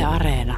Areena.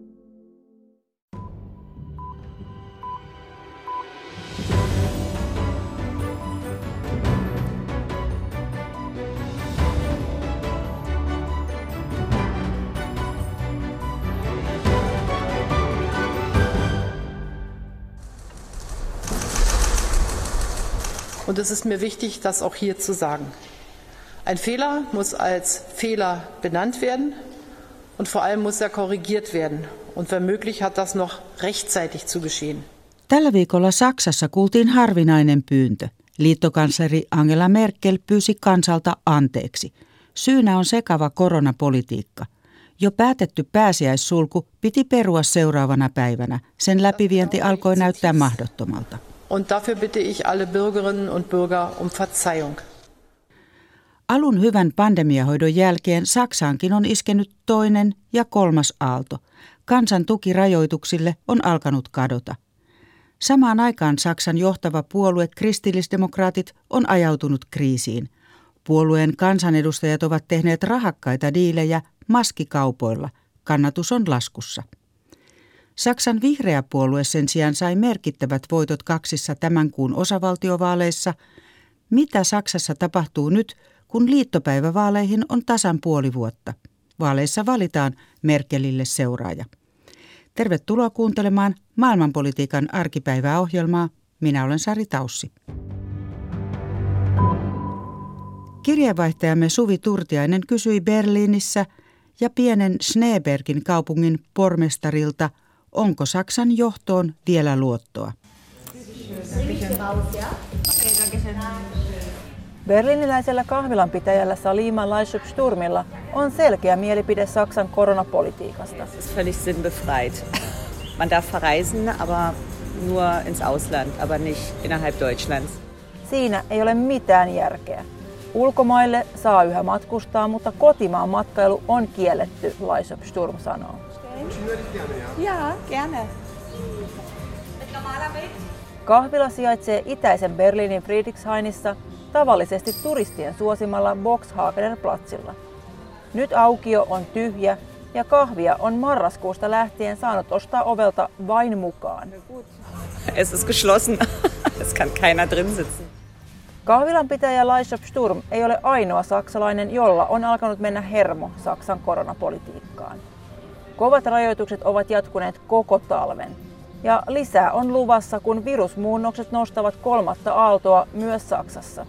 Und es ist mir wichtig, das auch hier zu sagen. Ein Fehler muss als Fehler benannt werden und vor allem muss er korrigiert werden. Und wenn möglich hat das noch rechtzeitig zu geschehen. Tällä viikolla Saksassa kuultiin harvinainen pyyntö. Liittokansleri Angela Merkel pyysi kansalta anteeksi. Syynä on sekava koronapolitiikka. Jo päätetty pääsiäissulku piti perua seuraavana päivänä. Sen läpivienti alkoi näyttää mahdottomalta. Und dafür bitte ich alle Bürgerinnen und Bürger um Verzeihung. Alun hyvän pandemiahoidon jälkeen Saksaankin on iskenyt toinen ja kolmas aalto. Kansan tuki rajoituksille on alkanut kadota. Samaan aikaan Saksan johtava puolue kristillisdemokraatit on ajautunut kriisiin. Puolueen kansanedustajat ovat tehneet rahakkaita diilejä maskikaupoilla. Kannatus on laskussa. Saksan vihreä puolue sen sijaan sai merkittävät voitot kaksissa tämän kuun osavaltiovaaleissa. Mitä Saksassa tapahtuu nyt, kun liittopäivävaaleihin on tasan puoli vuotta? Vaaleissa valitaan Merkelille seuraaja. Tervetuloa kuuntelemaan maailmanpolitiikan arkipäiväohjelmaa. Minä olen Sari Taussi. Kirjeenvaihtajamme Suvi Turtiainen kysyi Berliinissä ja pienen Schneebergin kaupungin pormestarilta, onko Saksan johtoon vielä luottoa. Berliiniläisellä kahvilanpitäjällä Salima Leishub-Sturmilla on selkeä mielipide Saksan koronapolitiikasta. Es ist völlig sinnbefreit. Man darf verreisen, aber nur ins Ausland, aber nicht innerhalb Deutschlands. Siinä ei ole mitään järkeä. Ulkomaille saa yhä matkustaa, mutta kotimaan matkailu on kielletty, Leishub-Sturm sanoo. Ja, gerne. Kahvila sijaitsee itäisen Berliinin Friedrichshainissa, tavallisesti turistien suosimalla Boxhagener Platzilla. Nyt aukio on tyhjä ja kahvia on marraskuusta lähtien saanut ostaa ovelta vain mukaan. Es ist geschlossen. Es kann keiner drin sitzen. Kahvilanpitäjä Leishub-Sturm ei ole ainoa saksalainen, jolla on alkanut mennä hermo Saksan koronapolitiikkaan. Kovat rajoitukset ovat jatkuneet koko talven. Ja lisää on luvassa, kun virusmuunnokset nostavat kolmatta aaltoa myös Saksassa.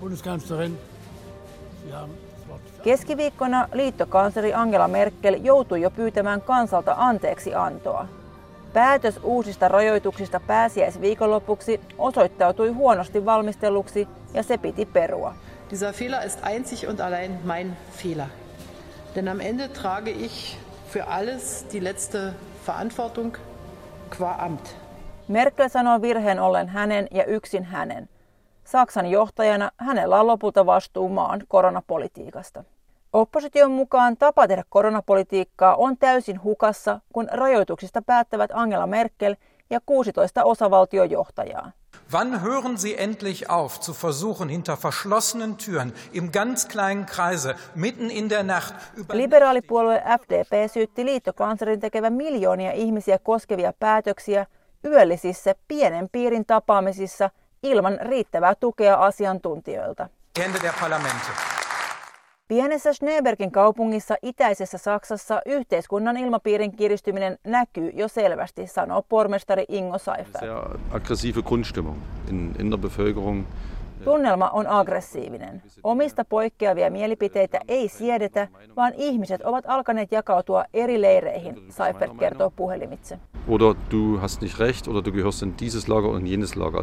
Keskiviikkona liittokansleri Angela Merkel joutui jo pyytämään kansalta anteeksi antoa. Päätös uusista rajoituksista pääsiäisviikonlopuksi osoittautui huonosti valmistelluksi ja se piti perua. Dieser Fehler ist einzig und allein mein Fehler. Denn am Ende trage ich für alles die letzte Verantwortung qua Amt. Merkel sanoo virheen ollen hänen ja yksin hänen. Saksan johtajana hänellä on lopulta vastuu maan koronapolitiikasta. Opposition mukaan tapa tehdä koronapolitiikkaa on täysin hukassa, kun rajoituksista päättävät Angela Merkel ja 16 osavaltiojohtajaa. Wann hören Sie endlich auf, zu versuchen, hinter verschlossenen Türen, im ganz kleinen Kreise, mitten in der Nacht... Liberaalipuolue FDP syytti liittokanslerin tekevän miljoonia ihmisiä koskevia päätöksiä yöllisissä pienen piirin tapaamisissa ilman riittävää tukea asiantuntijoilta. Hände der Parlamente. Pienessä Schneebergin kaupungissa itäisessä Saksassa yhteiskunnan ilmapiirin kiristyminen näkyy jo selvästi, sanoo pormestari Ingo Seifert. Sehr aggressive Grundstimmung in der Bevölkerung. Tunnelma on aggressiivinen. Omista poikkeavia mielipiteitä ei siedetä, vaan ihmiset ovat alkaneet jakautua eri leireihin, Seifert kertoo puhelimitse. Oder du hast nicht recht, oder du gehörst in dieses Lager und jenes Lager.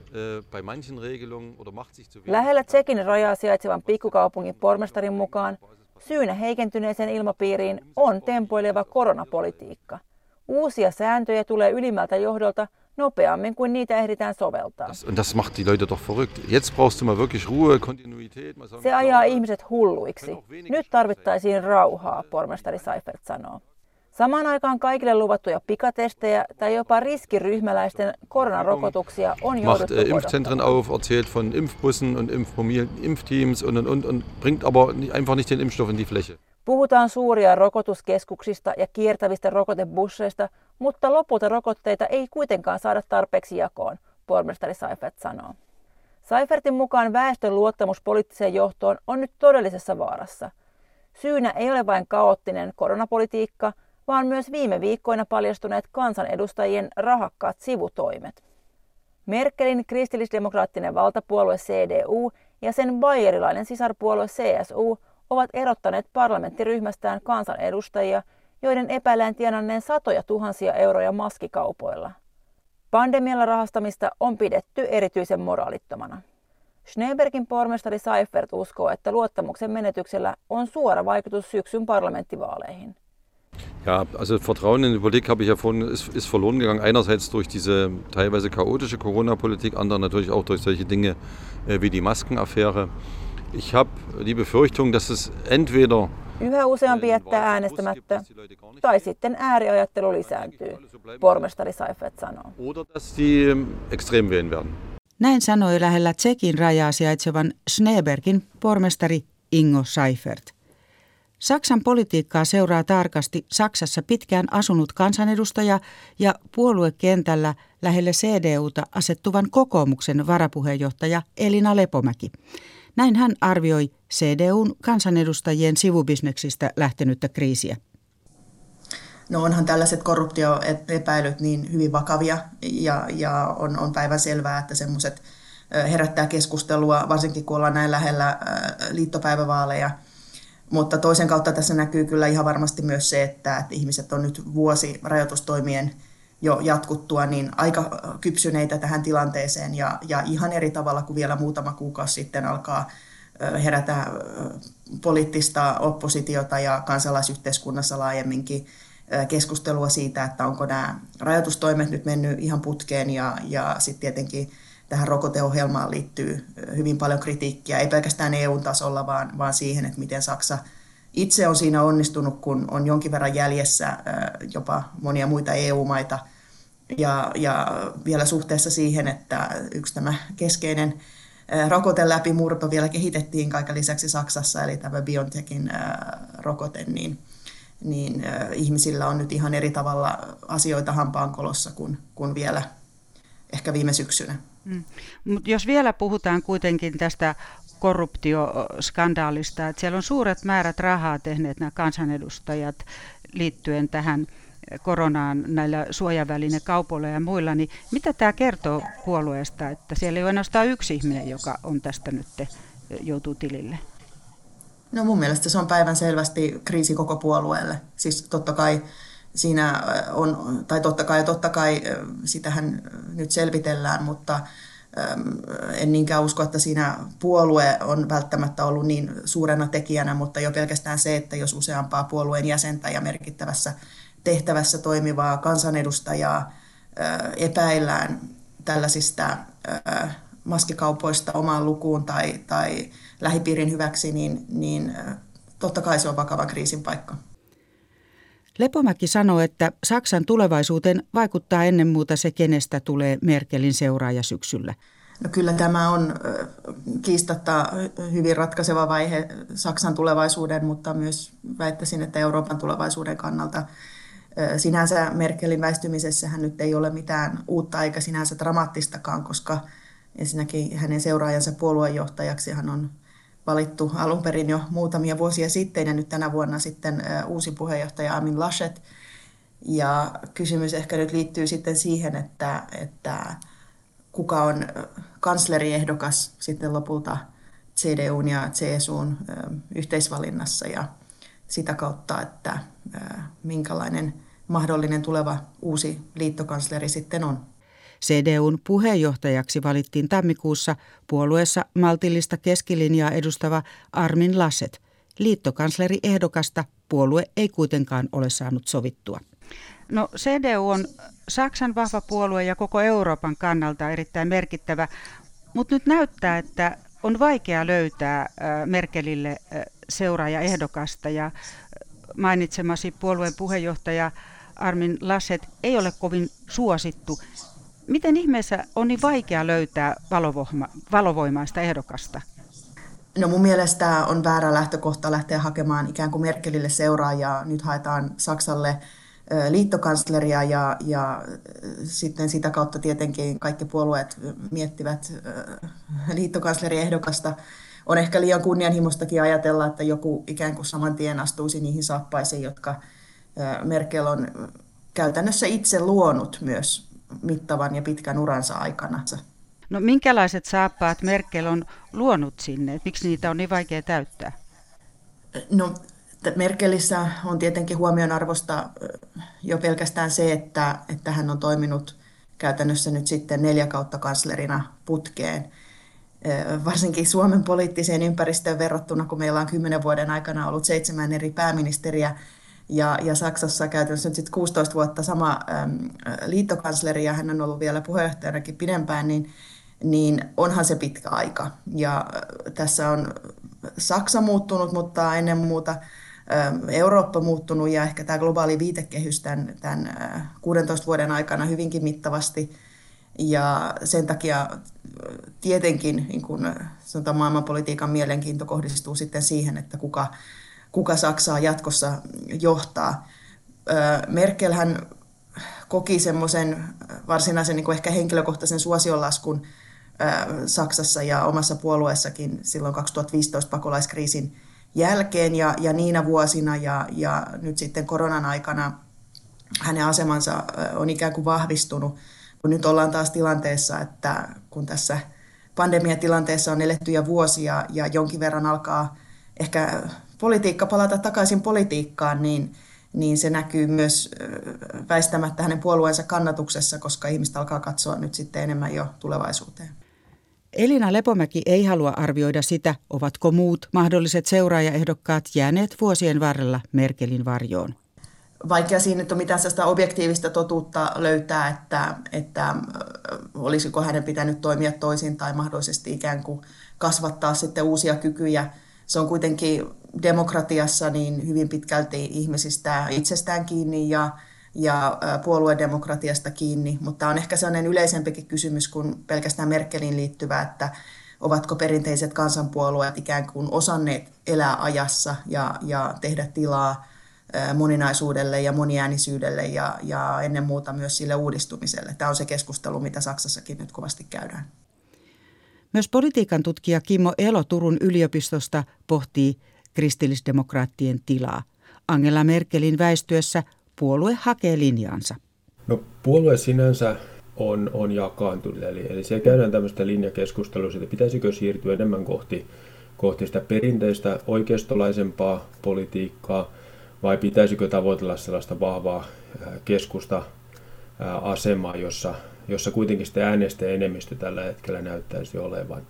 Lähellä Tšekin rajaa sijaitsevan pikkukaupungin pormestarin mukaan syynä heikentyneeseen ilmapiiriin on tempoileva koronapolitiikka. Uusia sääntöjä tulee ylimmältä johdolta nopeammin kuin niitä ehditään soveltaa. Das macht die Leute doch verrückt. Jetzt brauchst du mal wirklich Ruhe, Kontinuität. Se ajaa ihmiset hulluiksi. Nyt tarvittaisiin rauhaa, pormestari Seifert sanoo. Samaan aikaan kaikille luvattuja pikatestejä tai jopa riskiryhmäläisten koronarokotuksia on jouduttu odottamaan. Impfzentren auf, erzählt von Impfbussen und Impfteams und bringt aber einfach nicht den Impfstoff in die Fläche. Puhutaan suuria rokotuskeskuksista ja kiertävistä rokotebusseista, mutta lopulta rokotteita ei kuitenkaan saada tarpeeksi jakoon, pormestari Seifert sanoo. Seifertin mukaan väestön luottamus poliittiseen johtoon on nyt todellisessa vaarassa. Syynä ei ole vain kaoottinen koronapolitiikka, vaan myös viime viikkoina paljastuneet kansanedustajien rahakkaat sivutoimet. Merkelin kristillisdemokraattinen valtapuolue CDU ja sen bayerilainen sisarpuolue CSU ovat erottaneet parlamenttiryhmästään kansanedustajia, joiden epäillään tienanneen satoja tuhansia euroja maskikaupoilla. Pandemialla rahastamista on pidetty erityisen moraalittomana. Schneebergin pormestari Seifert uskoo, että luottamuksen menetyksellä on suora vaikutus syksyn parlamenttivaaleihin. Ja, also Vertrauen in die Politik habe ich ja vorhin, ist verloren gegangen. Einerseits durch diese teilweise chaotische Corona-Politik, andererseits natürlich auch durch solche Dinge wie die Maskenaffäre. Ich habe die Befürchtung, dass es entweder yhä useampi jättää äänestämättä, tai sitten ääriajattelu lisääntyy, pormestari Seifert sanoo. Oder dass die extrem wählen werden. Näin sanoi lähellä Tšekin rajaa sijaitsevan Schneebergin pormestari Ingo Seifert. Saksan politiikkaa seuraa tarkasti Saksassa pitkään asunut kansanedustaja ja puoluekentällä lähelle CDUta asettuvan kokoomuksen varapuheenjohtaja Elina Lepomäki. Näin hän arvioi CDUn kansanedustajien sivubisneksistä lähtenyttä kriisiä. No onhan tällaiset korruptioepäilyt niin hyvin vakavia ja on päivänselvää, että semmoiset herättää keskustelua, varsinkin kun ollaan näin lähellä liittopäivävaaleja. Mutta toisen kautta tässä näkyy kyllä ihan varmasti myös se, että ihmiset on nyt vuosi rajoitustoimien jo jatkuttua niin aika kypsyneitä tähän tilanteeseen ja ihan eri tavalla kuin vielä muutama kuukausi sitten alkaa herätä poliittista oppositiota ja kansalaisyhteiskunnassa laajemminkin keskustelua siitä, että onko nämä rajoitustoimet nyt mennyt ihan putkeen ja sitten tietenkin tähän rokoteohjelmaan liittyy hyvin paljon kritiikkiä, ei pelkästään EU-tasolla, vaan siihen, että miten Saksa itse on siinä onnistunut, kun on jonkin verran jäljessä jopa monia muita EU-maita. Ja vielä suhteessa siihen, että yksi tämä keskeinen rokoteläpimurto vielä kehitettiin kaiken lisäksi Saksassa, eli tämä BioNTechin rokote, niin ihmisillä on nyt ihan eri tavalla asioita hampaankolossa kuin vielä ehkä viime syksynä. Mutta jos vielä puhutaan kuitenkin tästä korruptioskandaalista, että siellä on suuret määrät rahaa tehneet nämä kansanedustajat liittyen tähän koronaan näillä suojavälinekaupoilla ja muilla, niin mitä tämä kertoo puolueesta, että siellä ei ole ainoastaan yksi ihminen, joka on tästä nyt joutuu tilille? No mun mielestä se on päivänselvästi kriisi koko puolueelle. Siis totta kai siinä on, tai totta kai sitähän nyt selvitellään, mutta en niinkään usko, että siinä puolue on välttämättä ollut niin suurena tekijänä, mutta jo pelkästään se, että jos useampaa puolueen jäsentä ja merkittävässä tehtävässä toimivaa kansanedustajaa epäillään tällaisista maskikaupoista omaan lukuun tai lähipiirin hyväksi, niin totta kai se on vakavan kriisin paikka. Lepomäki sanoi, että Saksan tulevaisuuteen vaikuttaa ennen muuta se, kenestä tulee Merkelin seuraaja syksyllä. No kyllä tämä on kiistatta hyvin ratkaiseva vaihe Saksan tulevaisuuden, mutta myös väittäisin, että Euroopan tulevaisuuden kannalta. Sinänsä Merkelin väistymisessähän nyt ei ole mitään uutta eikä sinänsä dramaattistakaan, koska ensinnäkin hänen seuraajansa puoluejohtajaksi hän on valittu alun perin jo muutamia vuosia sitten ja nyt tänä vuonna sitten uusi puheenjohtaja Armin Laschet. Ja kysymys ehkä nyt liittyy sitten siihen, että kuka on kansleriehdokas sitten lopulta CDUn ja CSUn yhteisvalinnassa ja sitä kautta, että minkälainen mahdollinen tuleva uusi liittokansleri sitten on. CDUn puheenjohtajaksi valittiin tammikuussa puolueessa maltillista keskilinjaa edustava Armin Laschet. Liittokansleriehdokasta puolue ei kuitenkaan ole saanut sovittua. No CDU on Saksan vahva puolue ja koko Euroopan kannalta erittäin merkittävä, mutta nyt näyttää, että on vaikea löytää Merkelille seuraajaehdokasta ja mainitsemasi puolueen puheenjohtaja Armin Laschet ei ole kovin suosittu. Miten ihmeessä on niin vaikea löytää valovoimaista ehdokasta? No mun mielestä on väärä lähtökohta lähteä hakemaan ikään kuin Merkelille seuraajaa. Nyt haetaan Saksalle liittokansleria ja sitten sitä kautta tietenkin kaikki puolueet miettivät liittokansleriehdokasta. On ehkä liian kunnianhimoistakin ajatella, että joku ikään kuin saman tien astuisi niihin saappaisiin, jotka Merkel on käytännössä itse luonut myös mittavan ja pitkän uransa aikana. No minkälaiset saappaat Merkel on luonut sinne? Miksi niitä on niin vaikea täyttää? No Merkelissä on tietenkin huomionarvoista jo pelkästään se, että hän on toiminut käytännössä nyt sitten 4 kautta kanslerina putkeen. Varsinkin Suomen poliittiseen ympäristöön verrattuna, kun meillä on 10 vuoden aikana ollut 7 eri pääministeriä ja Saksassa käytännössä nyt sitten 16 vuotta sama liittokansleri ja hän on ollut vielä puheenjohtajanakin pidempään, niin onhan se pitkä aika. Ja tässä on Saksa muuttunut, mutta ennen muuta Eurooppa muuttunut ja ehkä tämä globaali viitekehys tämän 16 vuoden aikana hyvinkin mittavasti. Ja sen takia tietenkin niin kun sanotaan, maailmanpolitiikan mielenkiinto kohdistuu sitten siihen, että kuka Saksaa jatkossa johtaa. Merkelhän koki semmoisen varsinaisen niin kuin ehkä henkilökohtaisen suosionlaskun Saksassa ja omassa puolueessakin silloin 2015 pakolaiskriisin jälkeen ja niinä vuosina ja nyt sitten koronan aikana hänen asemansa on ikään kuin vahvistunut. Kun nyt ollaan taas tilanteessa, että kun tässä pandemiatilanteessa on eletty jo vuosia ja jonkin verran alkaa ehkä politiikka palata takaisin politiikkaan, niin se näkyy myös väistämättä hänen puolueensa kannatuksessa, koska ihmiset alkaa katsoa nyt sitten enemmän jo tulevaisuuteen. Elina Lepomäki ei halua arvioida sitä, ovatko muut mahdolliset seuraajaehdokkaat jääneet vuosien varrella Merkelin varjoon. Vaikea siinä nyt on mitään sellaista objektiivista totuutta löytää, että olisiko hänen pitänyt toimia toisin tai mahdollisesti ikään kuin kasvattaa sitten uusia kykyjä. Se on kuitenkin demokratiassa niin hyvin pitkälti ihmisistä itsestään kiinni ja puoluedemokratiasta kiinni, mutta on ehkä sellainen yleisempikin kysymys kuin pelkästään Merkelin liittyvä, että ovatko perinteiset kansanpuolueet ikään kuin osanneet elää ajassa ja tehdä tilaa moninaisuudelle ja moniäänisyydelle ja ennen muuta myös sille uudistumiselle. Tämä on se keskustelu, mitä Saksassakin nyt kovasti käydään. Myös politiikan tutkija Kimmo Elo Turun yliopistosta pohtii kristillisdemokraattien tilaa. Angela Merkelin väistyessä puolue hakee linjaansa. No puolue sinänsä on jakaantunut, eli siellä käydään tämmöistä linjakeskustelua, että pitäisikö siirtyä enemmän kohti sitä perinteistä oikeistolaisempaa politiikkaa, vai pitäisikö tavoitella sellaista vahvaa keskusta-asemaa, jossa kuitenkin sitä äänestäjäenemmistö tällä hetkellä näyttäisi olevan.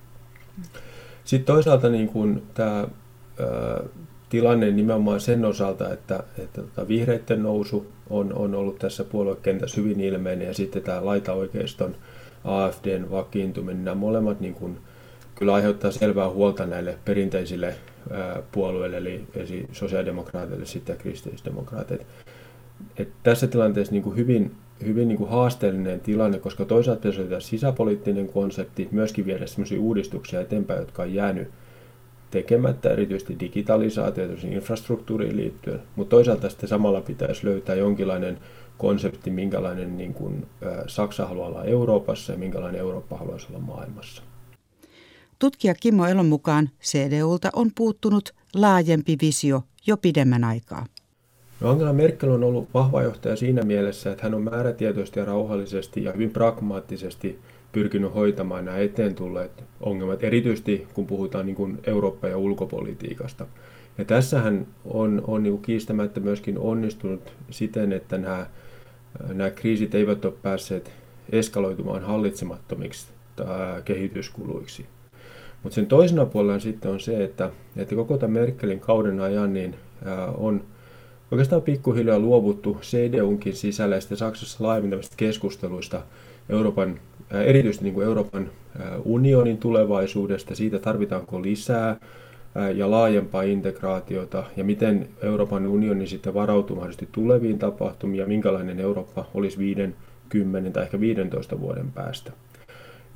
Sitten toisaalta niin kun tämä tilanne nimenomaan sen osalta, että vihreiden nousu on ollut tässä puoluekentässä hyvin ilmeinen ja sitten tämä laitaoikeiston AFDn vakiintuminen, nämä molemmat niin kun kyllä aiheuttaa selvää huolta näille perinteisille puolueille, eli sosiaalidemokraateille sitten ja kristillisdemokraateille. Tässä tilanteessa niin kuin hyvin niin kuin haasteellinen tilanne, koska toisaalta pitäisi olla sisäpoliittinen konsepti, myöskin viedä sellaisia uudistuksia eteenpäin, jotka on jäänyt tekemättä, erityisesti digitalisaatioon, infrastruktuuriin liittyen, mutta toisaalta sitten samalla pitäisi löytää jonkinlainen konsepti, minkälainen niin kuin Saksa haluaa olla Euroopassa ja minkälainen Eurooppa haluaisi olla maailmassa. Tutkija Kimmo Elon mukaan CDUlta on puuttunut laajempi visio jo pidemmän aikaa. No Angela Merkel on ollut vahva johtaja siinä mielessä, että hän on määrätietoisesti ja rauhallisesti ja hyvin pragmaattisesti pyrkinyt hoitamaan nämä eteen tulleet ongelmat, erityisesti kun puhutaan niin kuin Eurooppa- ja ulkopolitiikasta. Ja tässä hän on niin kuin kiistämättä myöskin onnistunut siten, että nämä kriisit eivät ole päässeet eskaloitumaan hallitsemattomiksi kehityskuluiksi. Mutta sen toisena puolella sitten on se, että koko tämän Merkelin kauden ajan niin on oikeastaan pikkuhiljaa luovuttu CDUnkin sisällä ja sitten Saksassa laajemmin tämmöistä keskusteluista erityisesti niin kuin Euroopan unionin tulevaisuudesta, siitä tarvitaanko lisää ja laajempaa integraatiota ja miten Euroopan unioni sitten varautuu mahdollisesti tuleviin tapahtumiin ja minkälainen Eurooppa olisi 5, 10 tai ehkä 15 vuoden päästä.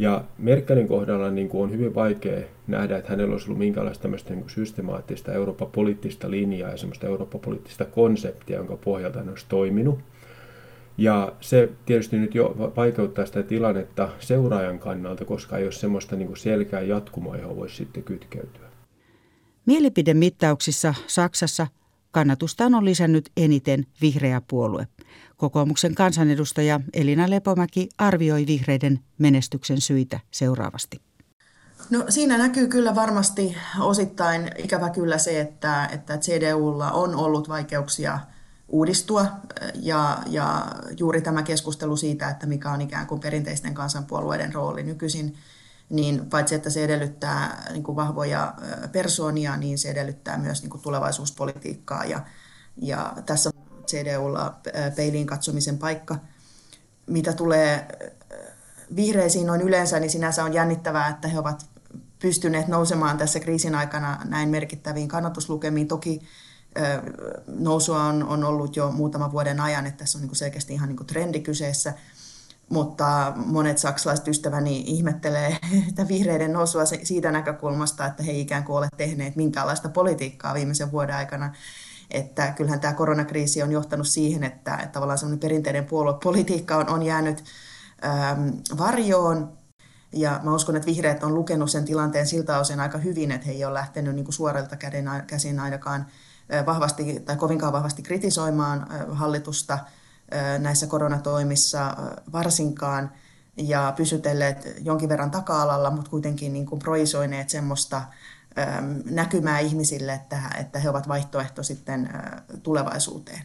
Ja Merkelin kohdalla niin kuin on hyvin vaikea nähdä, että hänellä olisi ollut minkäänlaista tämmöistä niin kuin systemaattista Eurooppa-poliittista linjaa ja semmoista Eurooppa-poliittista konseptia, jonka pohjalta hän olisi toiminut. Ja se tietysti nyt jo vaikeuttaa sitä tilannetta seuraajan kannalta, koska ei ole semmoista niin kuin selkeää jatkumoa, johon voisi sitten kytkeytyä. Mielipidemittauksissa Saksassa kannatustaan on lisännyt eniten vihreä puolue. Kokoomuksen kansanedustaja Elina Lepomäki arvioi vihreiden menestyksen syitä seuraavasti. No, siinä näkyy kyllä varmasti osittain ikävä kyllä se, että CDUlla on ollut vaikeuksia uudistua ja juuri tämä keskustelu siitä, että mikä on ikään kuin perinteisten kansanpuolueiden rooli nykyisin, niin paitsi että se edellyttää niin kuin vahvoja persoonia, niin se edellyttää myös niin kuin tulevaisuuspolitiikkaa ja tässä CDUlla peiliin katsomisen paikka. Mitä tulee vihreisiin noin yleensä, niin sinänsä on jännittävää, että he ovat pystyneet nousemaan tässä kriisin aikana näin merkittäviin kannatuslukemiin. Toki nousua on ollut jo muutaman vuoden ajan, että tässä on niin selkeästi ihan niin trendi kyseessä, mutta monet saksalaiset ystäväni ihmettelee että vihreiden nousua siitä näkökulmasta, että he ikään kuin ole tehneet minkäänlaista politiikkaa viimeisen vuoden aikana. Että kyllähän tämä koronakriisi on johtanut siihen, että tavallaan semmoinen perinteinen puoluepolitiikka on jäänyt varjoon. Ja mä uskon, että vihreät on lukenut sen tilanteen siltä osin aika hyvin, että he ei ole lähtenyt niin kuin suorilta käsin ainakaan vahvasti tai kovinkaan vahvasti kritisoimaan hallitusta näissä koronatoimissa varsinkaan ja pysytelleet jonkin verran taka-alalla, mutta kuitenkin niin kuin projisoineet semmoista näkymää ihmisille, että he ovat vaihtoehto sitten tulevaisuuteen.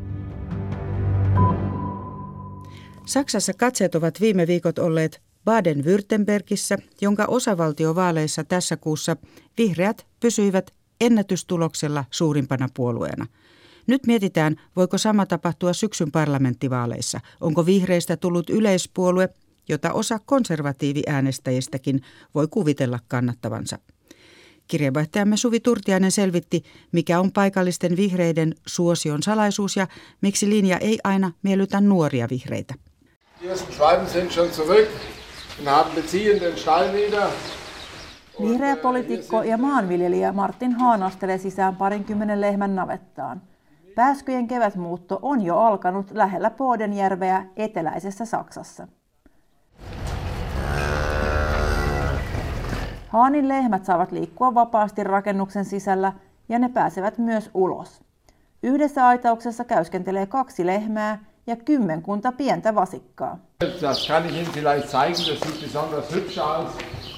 Saksassa katseet ovat viime viikot olleet Baden-Württembergissä, jonka osavaltiovaaleissa tässä kuussa vihreät pysyivät ennätystuloksella suurimpana puolueena. Nyt mietitään, voiko sama tapahtua syksyn parlamenttivaaleissa. Onko vihreistä tullut yleispuolue, jota osa konservatiiviäänestäjistäkin voi kuvitella kannattavansa. Kirjeenvaihtajamme Suvi Turtiainen selvitti, mikä on paikallisten vihreiden suosion salaisuus ja miksi linja ei aina miellytä nuoria vihreitä. Vihreä poliitikko ja maanviljelijä Martin Hahn astelee sisään 20 lehmän navettaan. Pääskyjen kevätmuutto on jo alkanut lähellä Bodenjärveä eteläisessä Saksassa. Hahnin lehmät saavat liikkua vapaasti rakennuksen sisällä ja ne pääsevät myös ulos. Yhdessä aitauksessa käyskentelee 2 lehmää ja 10 pientä vasikkaa. Das kann ich Ihnen vielleicht zeigen, das sieht besonders hübsch aus.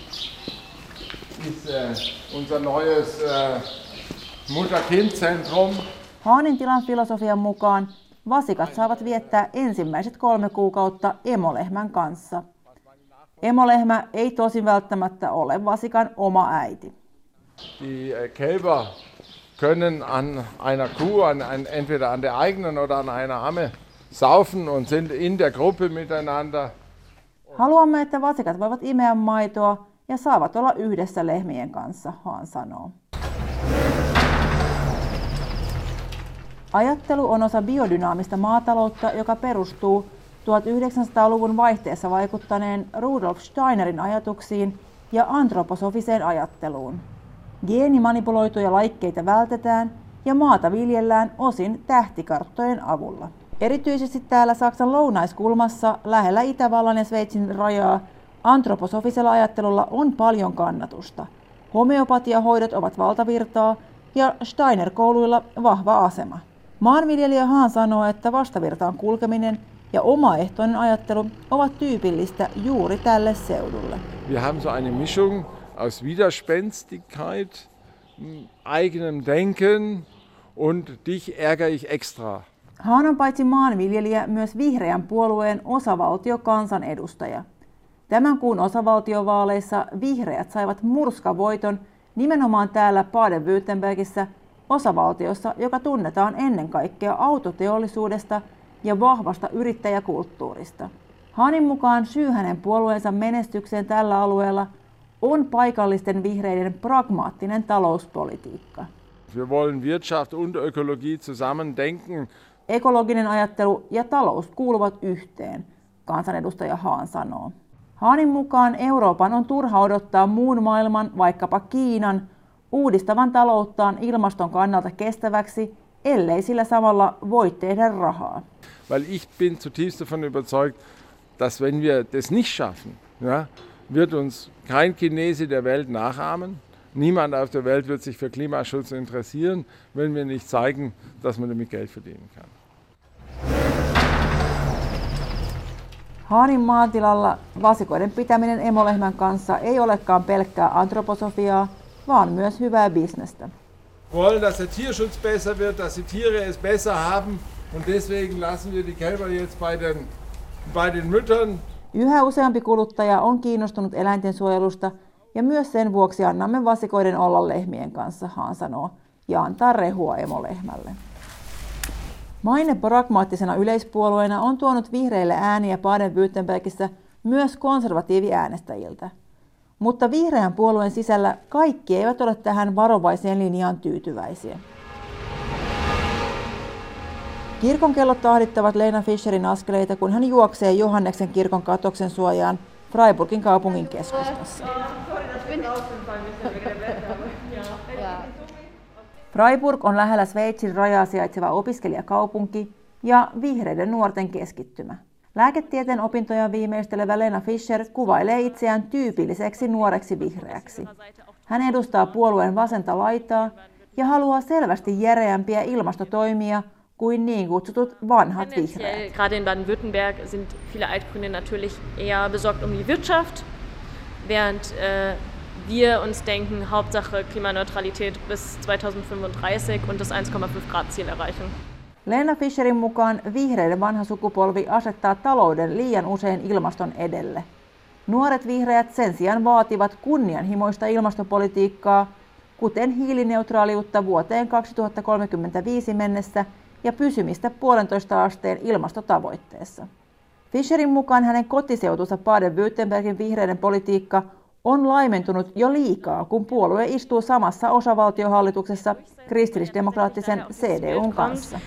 Ist unser neues Mutter-Kind-Zentrum. Hahnin tilan filosofian mukaan vasikat saavat viettää ensimmäiset 3 kuukautta emolehmän kanssa. Emolehmä ei tosin välttämättä ole vasikan oma äiti. Die Kälber können an einer Kuh, entweder an der eigenen oder an einer Amme, saufen und sind in der Gruppe miteinander. Haluamme, että vasikat voivat imeä maitoa ja saavat olla yhdessä lehmien kanssa, Hahn sanoo. Ajattelu on osa biodynaamista maataloutta, joka perustuu 1900-luvun vaihteessa vaikuttaneen Rudolf Steinerin ajatuksiin ja antroposofiseen ajatteluun. Geenimanipuloituja laikkeita vältetään ja maata viljellään osin tähtikarttojen avulla. Erityisesti täällä Saksan lounaiskulmassa lähellä Itävallan ja Sveitsin rajaa antroposofisella ajattelulla on paljon kannatusta. Homeopatiahoidot ovat valtavirtaa ja Steiner-kouluilla vahva asema. Maanviljelijä Hahn sanoo, että vastavirtaan kulkeminen ja omaehtoinen ajattelu ovat tyypillistä juuri tälle seudulle. Wir haben so eine Mischung aus Widerspenstigkeit, eigenem Denken und dich ärgere ich extra. Hahn on paitsi maanviljelijä myös vihreän puolueen osavaltiokansanedustaja. Tämän kuun osavaltiovaaleissa vihreät saivat murskavoiton nimenomaan täällä Baden-Württembergissä, osavaltiossa, joka tunnetaan ennen kaikkea autoteollisuudesta ja vahvasta yrittäjäkulttuurista. Hahnin mukaan syy hänen puolueensa menestykseen tällä alueella on paikallisten vihreiden pragmaattinen talouspolitiikka. Wir wollen Wirtschaft und Ökologie zusammen denken. Ekologinen ajattelu ja talous kuuluvat yhteen, kansanedustaja Hahn sanoo. Hahnin mukaan Euroopan on turha odottaa muun maailman, vaikkapa Kiinan, uudistavan talouttaan ilmaston kannalta kestäväksi, ellei sillä samalla voi tehdä rahaa. Weil ich bin zutiefst davon überzeugt, dass wenn wir das nicht schaffen, ja, wird uns kein Chinese der Welt nachahmen. Niemand auf der Welt wird sich für Klimaschutz interessieren, wenn wir nicht zeigen, dass man damit Geld verdienen kann. Hahnin maatilalla vasikoiden pitäminen emolehmän kanssa ei olekaan pelkkää antroposofiaa, vaan myös hyvää bisnestä. Wollen, dass der Tierschutz besser wird, dass die Tiere es besser haben und deswegen lassen wir die Kälber jetzt bei den Müttern. Yhä useampi kuluttaja on kiinnostunut eläinten suojelusta ja myös sen vuoksi annamme vasikoiden olla lehmien kanssa, Hahn sanoo, ja antaa rehua emolehmälle. Maine pragmaattisena yleispuolueena on tuonut vihreille ääniä Baden-Württembergissä myös konservatiiviäänestäjiltä. Mutta vihreän puolueen sisällä kaikki eivät ole tähän varovaiseen linjaan tyytyväisiä. Kirkon kellot tahdittavat Lena Fischerin askeleita, kun hän juoksee Johanneksen kirkon katoksen suojaan Freiburgin kaupungin keskustassa. Freiburg on lähellä Sveitsin rajaa sijaitseva opiskelijakaupunki ja vihreiden nuorten keskittymä. Lääketieteen opintoja viimeistelevä Lena Fischer kuvailee itseään tyypilliseksi nuoreksi vihreäksi. Hän edustaa puolueen vasenta laitaa ja haluaa selvästi järeämpiä ilmastotoimia kuin niin kutsutut vanhat vihreät. Gerade in Baden-Württemberg sind viele Altgrüne natürlich eher besorgt um die Wirtschaft, während wir uns denken, Hauptsache Klimaneutralität bis 2035 und das 1,5 Grad Ziel erreichen. Lena Fischerin mukaan vihreiden vanha sukupolvi asettaa talouden liian usein ilmaston edelle. Nuoret vihreät sen sijaan vaativat kunnianhimoista ilmastopolitiikkaa, kuten hiilineutraaliutta vuoteen 2035 mennessä ja pysymistä 1,5 asteen ilmastotavoitteessa. Fischerin mukaan hänen kotiseutunsa Baden-Württembergin vihreiden politiikka on laimentunut jo liikaa, kun puolue istuu samassa osavaltiohallituksessa kristillisdemokraattisen CDUn kanssa.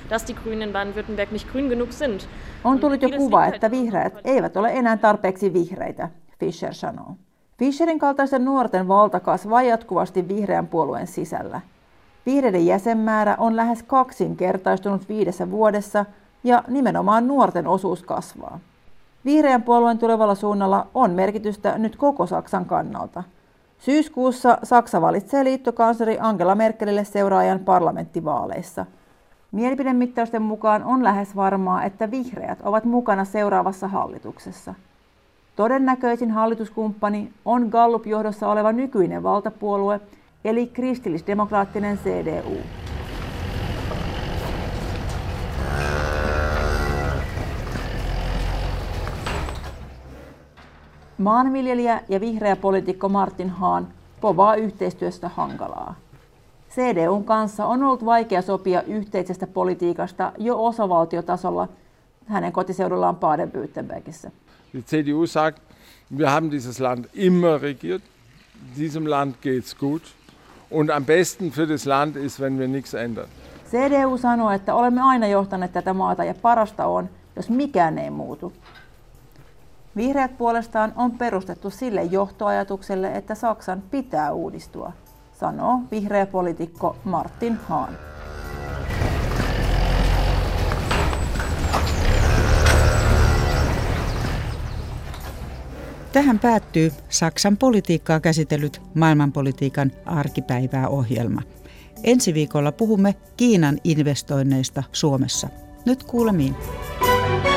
On tullut jo kuva, että vihreät eivät ole enää tarpeeksi vihreitä, Fischer sanoo. Fischerin kaltaisten nuorten valta kasvaa jatkuvasti vihreän puolueen sisällä. Vihreiden jäsenmäärä on lähes 2-kertaistunut 5 vuodessa ja nimenomaan nuorten osuus kasvaa. Vihreän puolueen tulevalla suunnalla on merkitystä nyt koko Saksan kannalta. Syyskuussa Saksa valitsee liittokansleri Angela Merkelille seuraajan parlamenttivaaleissa. Mielipidemittausten mukaan on lähes varmaa, että vihreät ovat mukana seuraavassa hallituksessa. Todennäköisin hallituskumppani on Gallup-johdossa oleva nykyinen valtapuolue, eli kristillisdemokraattinen CDU. Maanviljelijä ja vihreä poliitikko Martin Hahn povaa yhteistyöstä hankalaa. CDUn kanssa on ollut vaikea sopia yhteisestä politiikasta jo osavaltiotasolla hänen kotiseudullaan Baden-Württembergissä. Die CDU sagt, wir haben dieses Land immer regiert, diesem Land geht's gut und am besten für das Land ist, wenn wir nichts ändern. CDU sanoo, että olemme aina johtaneet tätä maata ja parasta on, jos mikään ei muutu. Vihreät puolestaan on perustettu sille johtoajatukselle, että Saksan pitää uudistua, sanoo vihreä poliitikko Martin Hahn. Tähän päättyy Saksan politiikkaa käsitellyt maailmanpolitiikan arkipäivää ohjelma. Ensi viikolla puhumme Kiinan investoinneista Suomessa. Nyt kuulemiin.